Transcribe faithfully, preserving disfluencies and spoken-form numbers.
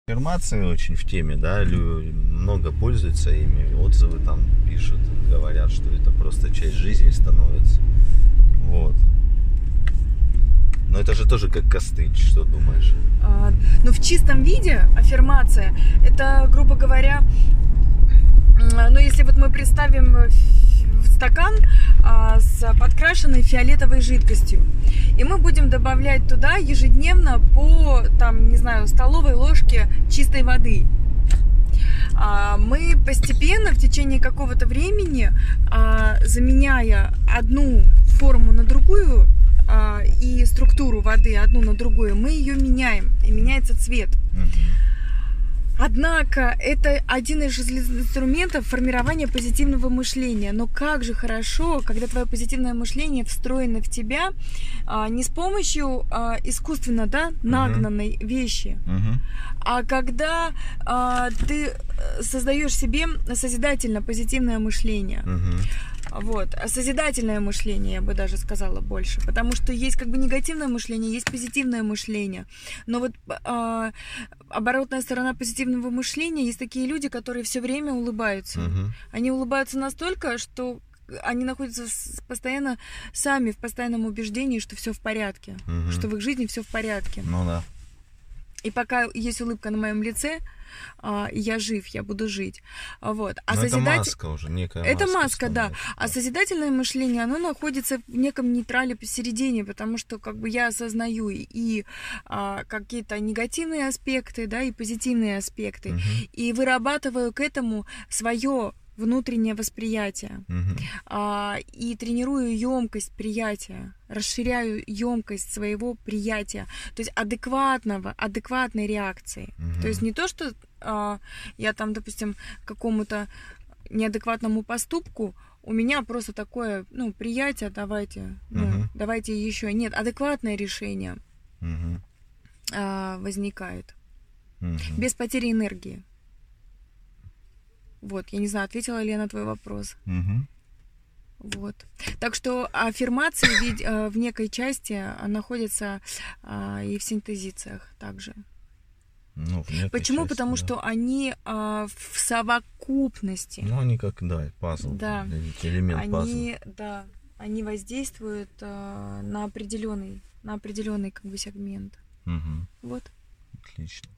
Аффирмации очень в теме, да, люди много пользуются ими, отзывы там пишут, говорят, что это просто часть жизни становится. Вот. Но это же тоже как костыль, что думаешь? А, ну, в чистом виде аффирмация, это, грубо говоря, ну, если вот мы представим стакан а, с подкрашенной фиолетовой жидкостью, и мы будем добавлять туда ежедневно по, там, не знаю, столовой ложке чистой воды. А, мы постепенно, в течение какого-то времени, а, заменяя одну форму на другую, а, и структуру воды одну на другую, мы ее меняем, и меняется цвет. Однако это один из инструментов формирования позитивного мышления. Но как же хорошо, когда твое позитивное мышление встроено в тебя а, не с помощью а, искусственно, да, нагнанной uh-huh. вещи, uh-huh. а когда а, ты создаешь себе созидательно позитивное мышление. Uh-huh. Вот, созидательное мышление, я бы даже сказала больше, потому что есть как бы негативное мышление, есть позитивное мышление, но вот э, оборотная сторона позитивного мышления, есть такие люди, которые все время улыбаются, uh-huh. они улыбаются настолько, что они находятся постоянно сами в постоянном убеждении, что все в порядке, uh-huh. что в их жизни все в порядке. Ну да. И пока есть улыбка на моем лице, я жив, я буду жить. Вот. А созидатель... Это маска уже, некая маска. Это маска, да. А созидательное мышление, оно находится в неком нейтрале посередине, потому что как бы я осознаю и а, какие-то негативные аспекты, да, и позитивные аспекты, угу. и вырабатываю к этому свое внутреннее восприятие. Uh-huh. а, и тренирую емкость приятия, расширяю емкость своего приятия, то есть адекватного, адекватной реакции. Uh-huh. То есть не то, что а, я там, допустим, какому-то неадекватному поступку, у меня просто такое, ну, приятие, давайте, ну, uh-huh. давайте еще. Нет, адекватное решение uh-huh. а, возникает. Uh-huh. Без потери энергии. Вот, я не знаю, ответила ли я на твой вопрос. Угу. Вот. Так что аффирмации в, в некой части находятся а, и в синтезициях также. Ну, в Почему? части, Потому да. что они а, в совокупности. Ну, они как, да, пазл. Да. Элемент они, пазла. Да, они воздействуют а, на определенный, на определенный как бы сегмент. Угу. Вот. Отлично.